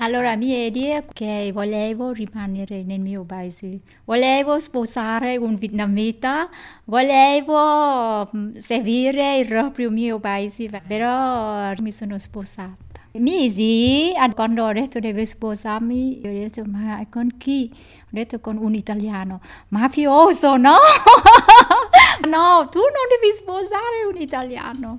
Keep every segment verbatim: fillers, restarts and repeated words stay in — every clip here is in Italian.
Allora, la mia idea è che volevo rimanere nel mio paese, volevo sposare un vietnamita, volevo mm, servire il proprio mio paese, però mi sono sposata. Mesi, quando ho detto devo sposarmi, ho detto ma con chi? Ho detto con un italiano, mafioso, no? No, tu non devi sposare un italiano.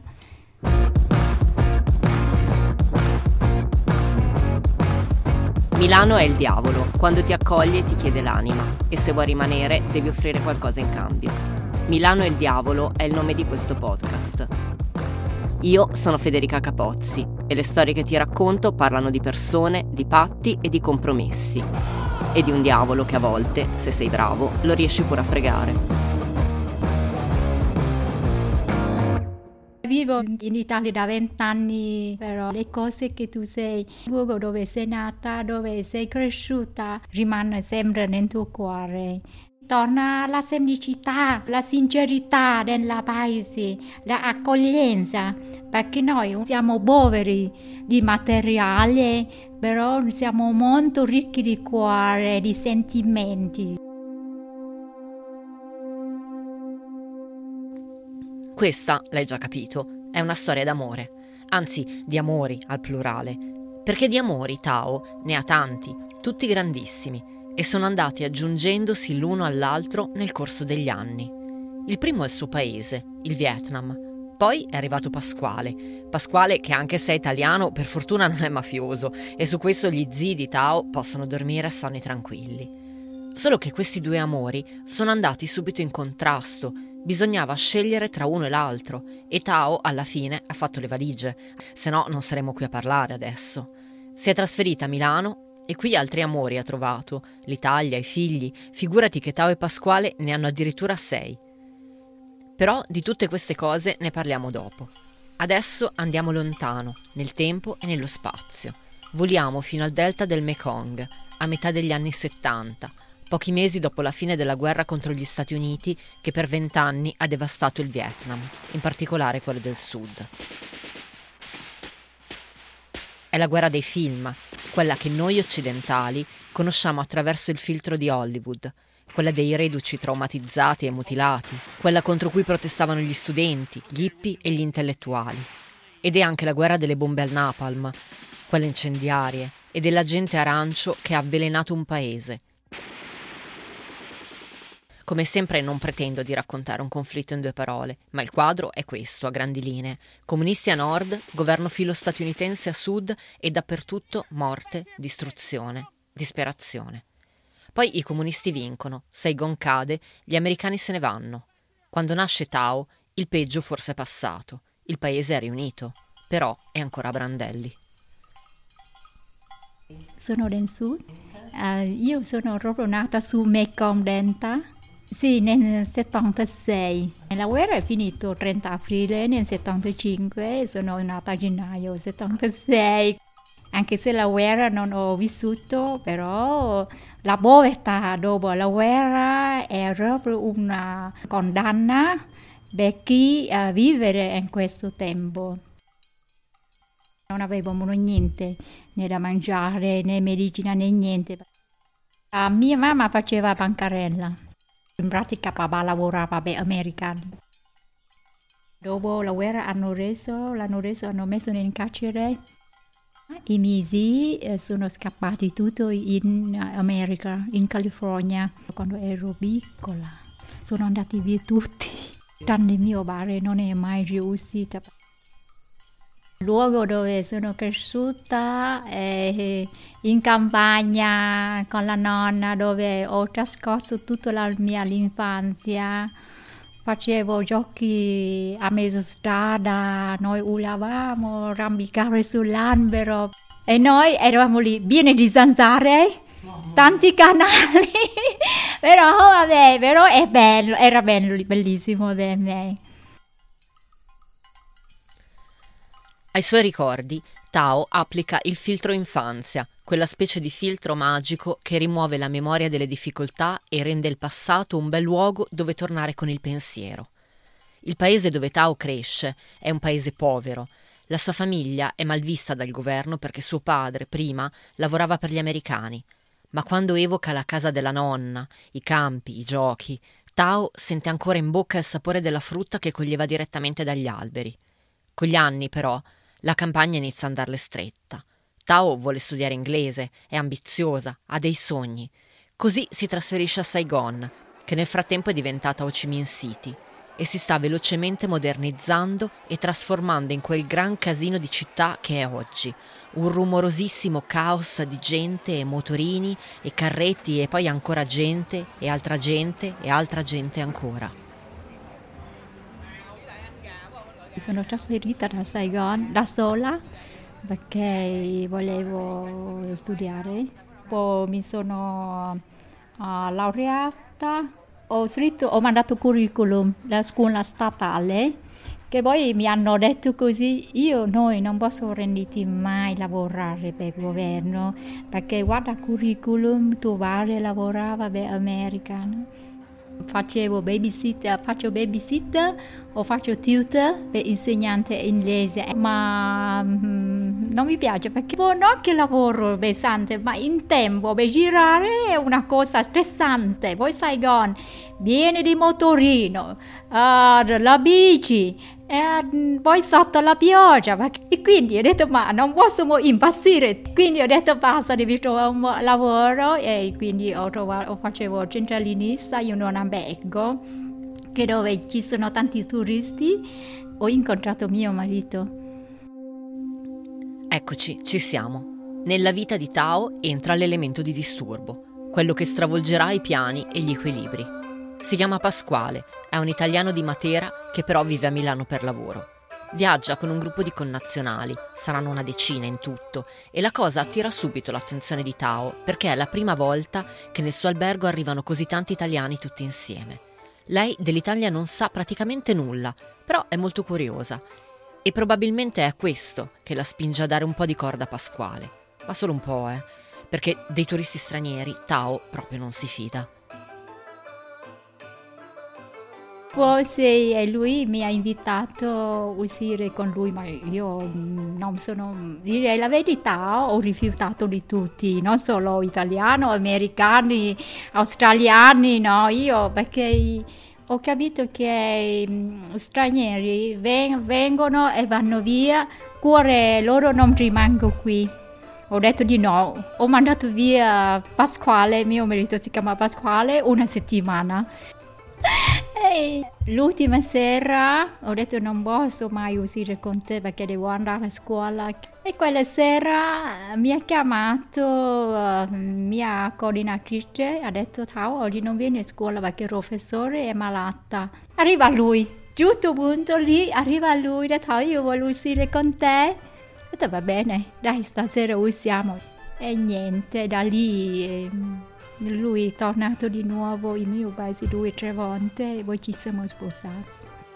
Milano è il diavolo, quando ti accoglie ti chiede l'anima e se vuoi rimanere devi offrire qualcosa in cambio. Milano è il diavolo è il nome di questo podcast. Io sono Federica Capozzi e le storie che ti racconto parlano di persone, di patti e di compromessi e di un diavolo che a volte, se sei bravo, lo riesci pure a fregare. Vivo in Italia da vent'anni, però le cose che tu sei, il luogo dove sei nata, dove sei cresciuta, rimane sempre nel tuo cuore. Torna la semplicità, la sincerità del paese, l'accoglienza, perché noi siamo poveri di materiale, però siamo molto ricchi di cuore, di sentimenti. Questa, l'hai già capito, è una storia d'amore, anzi di amori al plurale, perché di amori Tao ne ha tanti, tutti grandissimi, e sono andati aggiungendosi l'uno all'altro nel corso degli anni. Il primo è il suo paese, il Vietnam. Poi è arrivato Pasquale, Pasquale che anche se è italiano per fortuna non è mafioso e su questo gli zii di Tao possono dormire a sonni tranquilli. Solo che questi due amori sono andati subito in contrasto, bisognava scegliere tra uno e l'altro e Tao alla fine ha fatto le valigie, se no non saremmo qui a parlare adesso. Si è trasferita a Milano e qui altri amori ha trovato, l'Italia, i figli, figurati che Tao e Pasquale ne hanno addirittura sei. Però di tutte queste cose ne parliamo dopo. Adesso andiamo lontano, nel tempo e nello spazio. Voliamo fino al delta del Mekong, a metà degli anni settanta, pochi mesi dopo la fine della guerra contro gli Stati Uniti che per vent'anni ha devastato il Vietnam, in particolare quello del sud. È la guerra dei film, quella che noi occidentali conosciamo attraverso il filtro di Hollywood, quella dei reduci traumatizzati e mutilati, quella contro cui protestavano gli studenti, gli hippie e gli intellettuali. Ed è anche la guerra delle bombe al napalm, quelle incendiarie, e dell'agente arancio che ha avvelenato un paese. Come sempre non pretendo di raccontare un conflitto in due parole, ma il quadro è questo, a grandi linee. Comunisti a nord, governo filo-statunitense a sud e dappertutto morte, distruzione, disperazione. Poi i comunisti vincono, Saigon cade, gli americani se ne vanno. Quando nasce Tao, il peggio forse è passato, il paese è riunito, però è ancora a brandelli. Sono del sud, uh, io sono proprio nata su Mekong Delta. Sì, nel settantasei. La guerra è finita il trenta aprile, nel settantacinque, sono nata a gennaio settantasei. Anche se la guerra non ho vissuto, però la povertà dopo la guerra è proprio una condanna per chi uh, vivere in questo tempo. Non avevamo niente, né da mangiare, né medicina, né niente. La mia mamma faceva bancarella. In pratica papà lavorava per americani. Dopo la guerra hanno reso, l'hanno reso, hanno messo in carcere. I miei zii sono scappati tutti in America, in California. Quando ero piccola sono andati via tutti. Tranne mio padre non è mai riuscita. Il luogo dove sono cresciuta è in campagna con la nonna, dove ho trascorso tutta la mia infanzia. Facevo giochi a mezzo strada, noi urlavamo, arrampicare sull'albero e noi eravamo lì pieni di zanzare, tanti canali, però vabbè, però è bello, era bello, bellissimo per me. Ai suoi ricordi, Tao applica il filtro infanzia, quella specie di filtro magico che rimuove la memoria delle difficoltà e rende il passato un bel luogo dove tornare con il pensiero. Il paese dove Tao cresce è un paese povero. La sua famiglia è malvista dal governo perché suo padre, prima, lavorava per gli americani. Ma quando evoca la casa della nonna, i campi, i giochi, Tao sente ancora in bocca il sapore della frutta che coglieva direttamente dagli alberi. Con gli anni, però, la campagna inizia a andarle stretta. Tao vuole studiare inglese, è ambiziosa, ha dei sogni. Così si trasferisce a Saigon, che nel frattempo è diventata Ho Chi Minh City, e si sta velocemente modernizzando e trasformando in quel gran casino di città che è oggi. Un rumorosissimo caos di gente e motorini e carretti e poi ancora gente e altra gente e altra gente ancora. Mi sono trasferita da Saigon da sola perché volevo studiare. Poi mi sono uh, laureata, ho scritto, ho mandato curriculum alla scuola statale, che poi mi hanno detto così: io, noi non posso rendere mai lavorare per il governo, perché guarda curriculum, tuo padre lavorava per American. Facevo babysitter, faccio babysitter o faccio tutor per insegnante inglese, ma mm, non mi piace perché non che lavoro pesante, ma in tempo per girare è una cosa stressante. Poi Saigon, viene di motorino, uh, la bici, e poi sotto la pioggia, e quindi ho detto ma non posso impazzire, quindi ho detto basta, devi trovare un lavoro, e quindi ho trovato, facevo centralinista in un albergo che dove ci sono tanti turisti. Ho incontrato mio marito. Eccoci, ci siamo. Nella vita di Tao entra l'elemento di disturbo, quello che stravolgerà i piani e gli equilibri. Si chiama Pasquale, è un italiano di Matera che però vive a Milano per lavoro. Viaggia con un gruppo di connazionali, saranno una decina in tutto, e la cosa attira subito l'attenzione di Tao perché è la prima volta che nel suo albergo arrivano così tanti italiani tutti insieme. Lei dell'Italia non sa praticamente nulla, però è molto curiosa e probabilmente è questo che la spinge a dare un po' di corda a Pasquale, ma solo un po', eh, perché dei turisti stranieri Tao proprio non si fida. Forse lui mi ha invitato a uscire con lui, ma io non sono, direi la verità, ho rifiutato di tutti, non solo italiani, americani, australiani, no, io perché ho capito che stranieri vengono e vanno via, cuore loro non rimango qui. Ho detto di no, ho mandato via Pasquale, mio marito si chiama Pasquale, una settimana. E l'ultima sera ho detto non posso mai uscire con te perché devo andare a scuola, e quella sera mi ha chiamato uh, mia coordinatrice, ha detto ciao, oggi non vieni a scuola perché il professore è malata. Arriva lui, giusto punto lì, arriva lui, ha detto io voglio uscire con te. Ho detto va bene, dai stasera usciamo. E niente, da lì... Eh, lui è tornato di nuovo in mio paese due o tre volte e poi ci siamo sposati.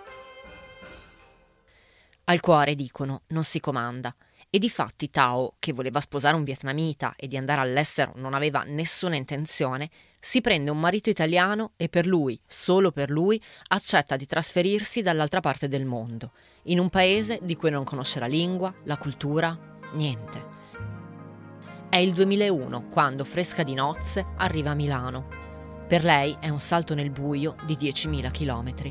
Al cuore, dicono, non si comanda. E difatti Tao, che voleva sposare un vietnamita e di andare all'estero non aveva nessuna intenzione, si prende un marito italiano e per lui, solo per lui, accetta di trasferirsi dall'altra parte del mondo, in un paese di cui non conosce la lingua, la cultura, niente. È il duemilauno quando, fresca di nozze, arriva a Milano. Per lei è un salto nel buio di diecimila chilometri.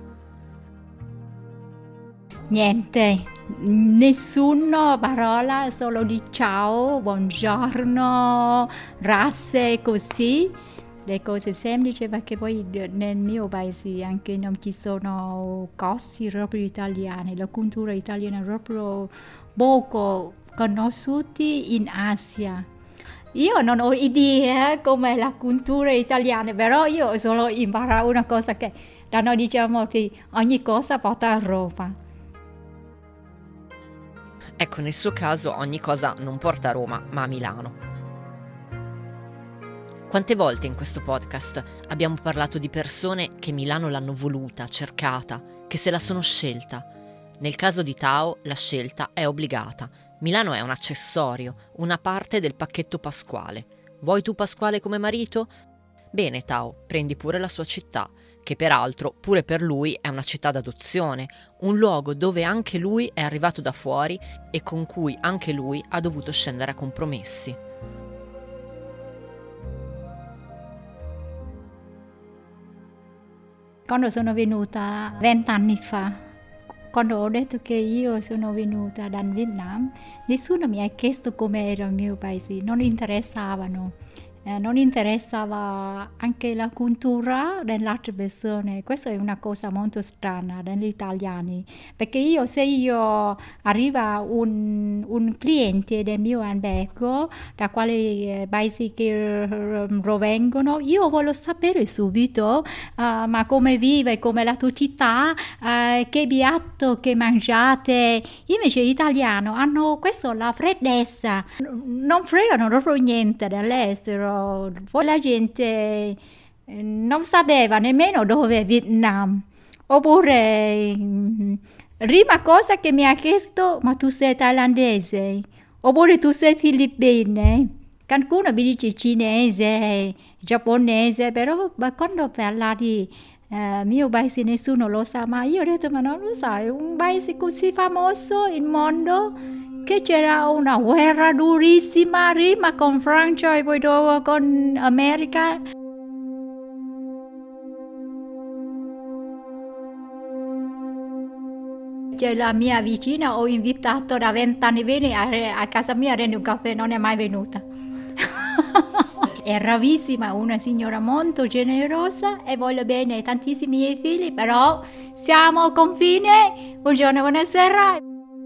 Niente, nessuna parola, solo di ciao, buongiorno, razze, così. Le cose semplici, perché poi nel mio paese anche non ci sono cose proprio italiane, la cultura italiana è proprio poco conosciuti in Asia. Io non ho idea come la cultura italiana, però io ho solo imparato una cosa, che da noi diciamo che ogni cosa porta a Roma. Ecco, nel suo caso ogni cosa non porta a Roma, ma a Milano. Quante volte in questo podcast abbiamo parlato di persone che Milano l'hanno voluta, cercata, che se la sono scelta. Nel caso di Tao la scelta è obbligata. Milano è un accessorio, una parte del pacchetto Pasquale. Vuoi tu Pasquale come marito? Bene Tao, prendi pure la sua città, che peraltro pure per lui è una città d'adozione, un luogo dove anche lui è arrivato da fuori e con cui anche lui ha dovuto scendere a compromessi. Quando sono venuta vent'anni fa, quando ho detto che io sono venuta dal Vietnam, nessuno mi ha chiesto come era il mio paese, non interessavano. Eh, non interessava anche la cultura delle altre persone. Questa è una cosa molto strana degli italiani, perché io se io arriva un, un cliente del mio albergo da quale paese che provengono, io voglio sapere subito uh, ma come vive, come la tua città, uh, che piatto che mangiate. Invece gli italiani hanno questo, la freddezza, non fregano proprio niente dell'estero. Poi la gente non sapeva nemmeno dove è Vietnam. Oppure, prima cosa che mi ha chiesto, ma tu sei thailandese? Oppure tu sei filippine? Qualcuno mi dice cinese, giapponese, però ma quando parla di eh, mio paese nessuno lo sa, ma io ho detto, ma non lo sai, un paese così famoso nel mondo, che c'era una guerra durissima prima con Francia e poi dopo con America. C'è la mia vicina, ho invitato da vent'anni a venire a, a casa mia a prendere un caffè, non è mai venuta. È bravissima, una signora molto generosa e vuole bene tantissimi miei figli, però siamo al confine. Buongiorno, buonasera.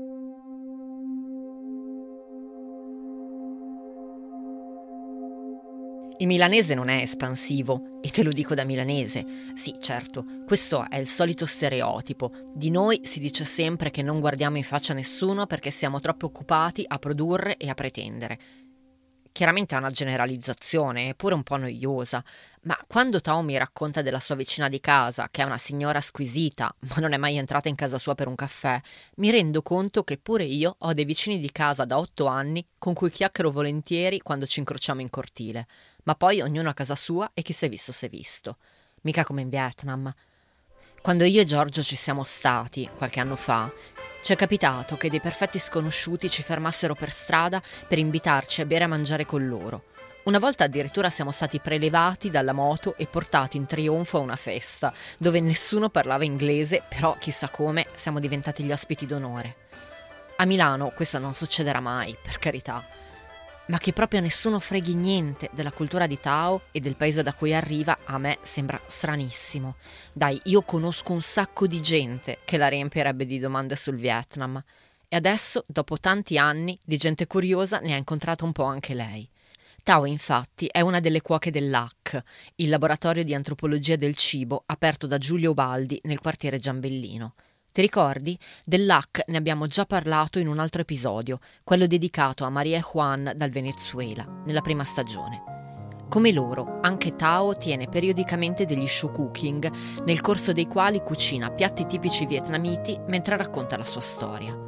Il milanese non è espansivo, e te lo dico da milanese. Sì, certo, questo è il solito stereotipo. Di noi si dice sempre che non guardiamo in faccia a nessuno perché siamo troppo occupati a produrre e a pretendere. Chiaramente è una generalizzazione, eppure un po' noiosa, ma quando Tao mi racconta della sua vicina di casa, che è una signora squisita, ma non è mai entrata in casa sua per un caffè, mi rendo conto che pure io ho dei vicini di casa da otto anni con cui chiacchiero volentieri quando ci incrociamo in cortile, ma poi ognuno a casa sua e chi si è visto si è visto. Mica come in Vietnam. Quando io e Giorgio ci siamo stati, qualche anno fa, ci è capitato che dei perfetti sconosciuti ci fermassero per strada per invitarci a bere e a mangiare con loro. Una volta addirittura siamo stati prelevati dalla moto e portati in trionfo a una festa, dove nessuno parlava inglese, però chissà come siamo diventati gli ospiti d'onore. A Milano questo non succederà mai, per carità, ma che proprio nessuno freghi niente della cultura di Tao e del paese da cui arriva, a me sembra stranissimo. Dai, io conosco un sacco di gente che la riempirebbe di domande sul Vietnam, e adesso, dopo tanti anni, di gente curiosa ne ha incontrato un po' anche lei. Tao, infatti, è una delle cuoche dell'A C, il laboratorio di antropologia del cibo aperto da Giulio Ubaldi nel quartiere Giambellino. Ti ricordi? Dell'A C ne abbiamo già parlato in un altro episodio, quello dedicato a Maria e Juan dal Venezuela, nella prima stagione. Come loro, anche Tao tiene periodicamente degli show cooking, nel corso dei quali cucina piatti tipici vietnamiti mentre racconta la sua storia.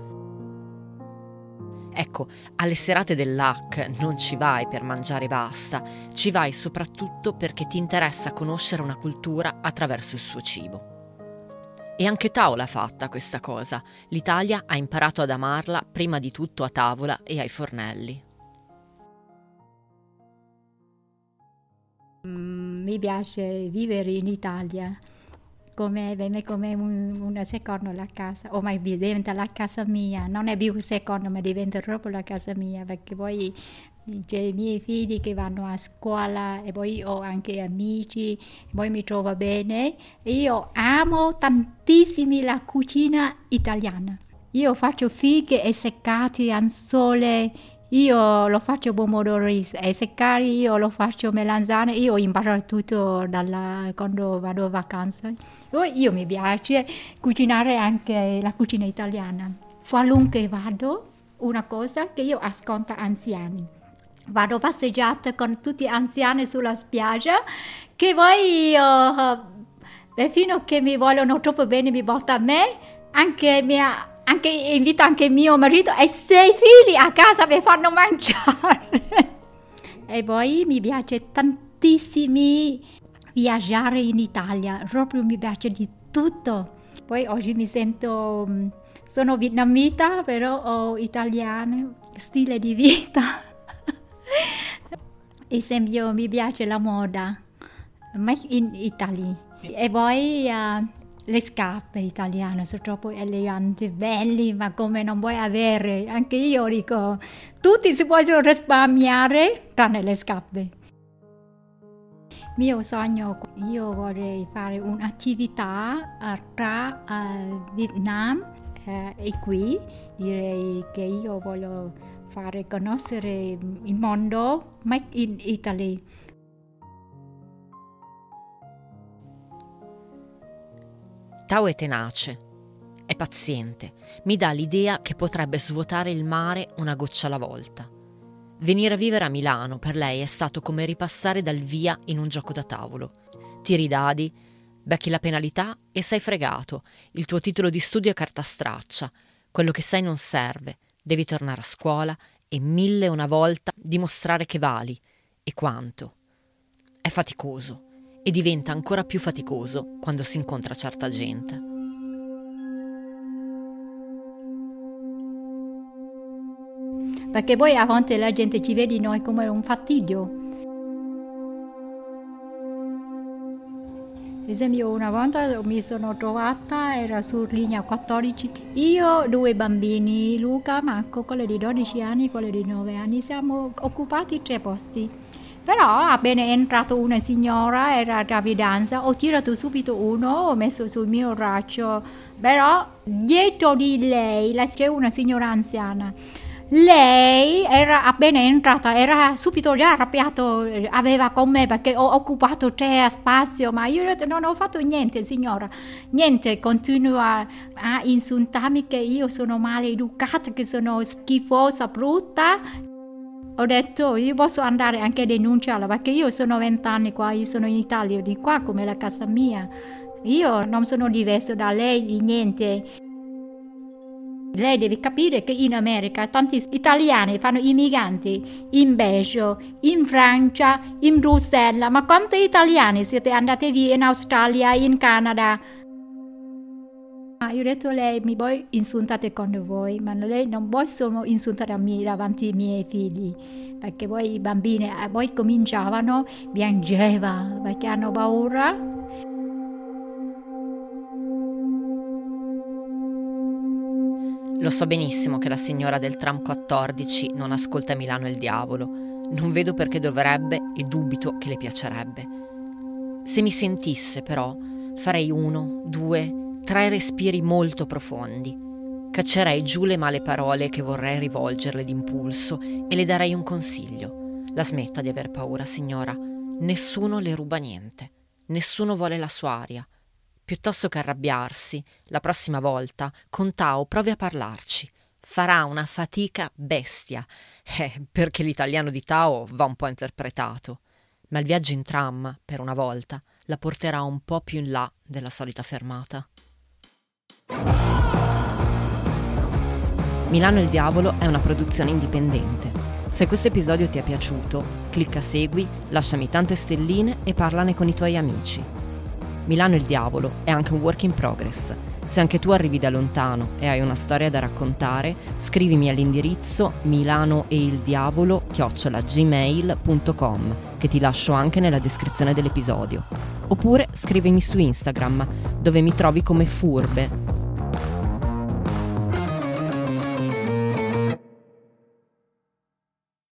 Ecco, alle serate dell'A C non ci vai per mangiare e basta, ci vai soprattutto perché ti interessa conoscere una cultura attraverso il suo cibo. E anche Tao l'ha fatta questa cosa. L'Italia ha imparato ad amarla prima di tutto a tavola e ai fornelli. Mm, mi piace vivere in Italia, come, come un, una seconda la casa, ormai diventa la casa mia, non è più seconda ma diventa proprio la casa mia, perché poi c'è i miei figli che vanno a scuola e poi ho anche amici, poi mi trovo bene. Io amo tantissimo la cucina italiana. Io faccio fighe e seccati al sole, io lo faccio pomodori e seccati, io lo faccio melanzane, io imparo tutto dalla, quando vado in vacanza. Poi io mi piace cucinare anche la cucina italiana. Qualunque vado, una cosa che io ascolto anziani. Vado passeggiata con tutti gli anziani sulla spiaggia, che poi uh, fino che mi vogliono troppo bene mi porta a me, anche, mia, anche invito anche mio marito e sei figli a casa mi fanno mangiare. E poi mi piace tantissimi viaggiare in Italia, proprio mi piace di tutto. Poi oggi mi sento, sono vietnamita, però ho italiano, stile di vita. Esempio, mi piace la moda, make in Italy. E poi uh, le scarpe italiane sono troppo eleganti, belli, ma come non vuoi avere. Anche io dico, tutti si possono risparmiare, tranne le scarpe. Mio sogno, io vorrei fare un'attività tra uh, Vietnam uh, e qui. Direi che io voglio fare conoscere il mondo Make in Italy. Tao è tenace, è paziente, mi dà l'idea che potrebbe svuotare il mare una goccia alla volta. Venire a vivere a Milano per lei è stato come ripassare dal via in un gioco da tavolo. Tiri i dadi, becchi la penalità e sei fregato. Il tuo titolo di studio è carta straccia. Quello che sai non serve. Devi tornare a scuola e mille una volta dimostrare che vali. E quanto. È faticoso e diventa ancora più faticoso quando si incontra certa gente. Perché poi a volte la gente ci vede noi come un fastidio. Per esempio una volta mi sono trovata, era su linea quattordici, io, due bambini, Luca, Marco, quello di dodici anni, quello di nove anni, siamo occupati tre posti. Però appena è entrato una signora, era gravidanza, ho tirato subito uno, ho messo sul mio braccio, però dietro di lei c'è una signora anziana. Lei era appena entrata, era subito già arrabbiato, aveva con me perché ho occupato tre spazio, ma io non ho fatto niente, signora, niente, continua a insultarmi che io sono maleducata, che sono schifosa, brutta. Ho detto, io posso andare anche a denunciarla perché io sono vent'anni qua, io sono in Italia, di qua come la casa mia, io non sono diverso da lei di niente. Lei deve capire che in America tanti italiani fanno i migranti in Belgio, in Francia, in Bruxelles. Ma quanti italiani siete andati via in Australia, in Canada? Io ho detto a lei, mi vuoi insultare con voi, ma lei non vuoi solo insultare a me davanti ai miei figli, perché poi i bambini poi cominciavano, piangeva perché hanno paura. Lo so benissimo che la signora del tram quattordici non ascolta Milano e il diavolo. Non vedo perché dovrebbe e dubito che le piacerebbe. Se mi sentisse, però, farei uno, due, tre respiri molto profondi. Caccerei giù le male parole che vorrei rivolgerle d'impulso e le darei un consiglio. La smetta di aver paura, signora. Nessuno le ruba niente. Nessuno vuole la sua aria. Piuttosto che arrabbiarsi, la prossima volta con Tao provi a parlarci. Farà una fatica bestia, eh, perché l'italiano di Tao va un po' interpretato. Ma il viaggio in tram, per una volta, la porterà un po' più in là della solita fermata. Milano e il diavolo è una produzione indipendente. Se questo episodio ti è piaciuto, clicca segui, lasciami tante stelline e parlane con i tuoi amici. Milano e il diavolo è anche un work in progress. Se anche tu arrivi da lontano e hai una storia da raccontare, scrivimi all'indirizzo milanoeildiavolo chiocciola gmail punto com, che ti lascio anche nella descrizione dell'episodio. Oppure scrivimi su Instagram, dove mi trovi come furbe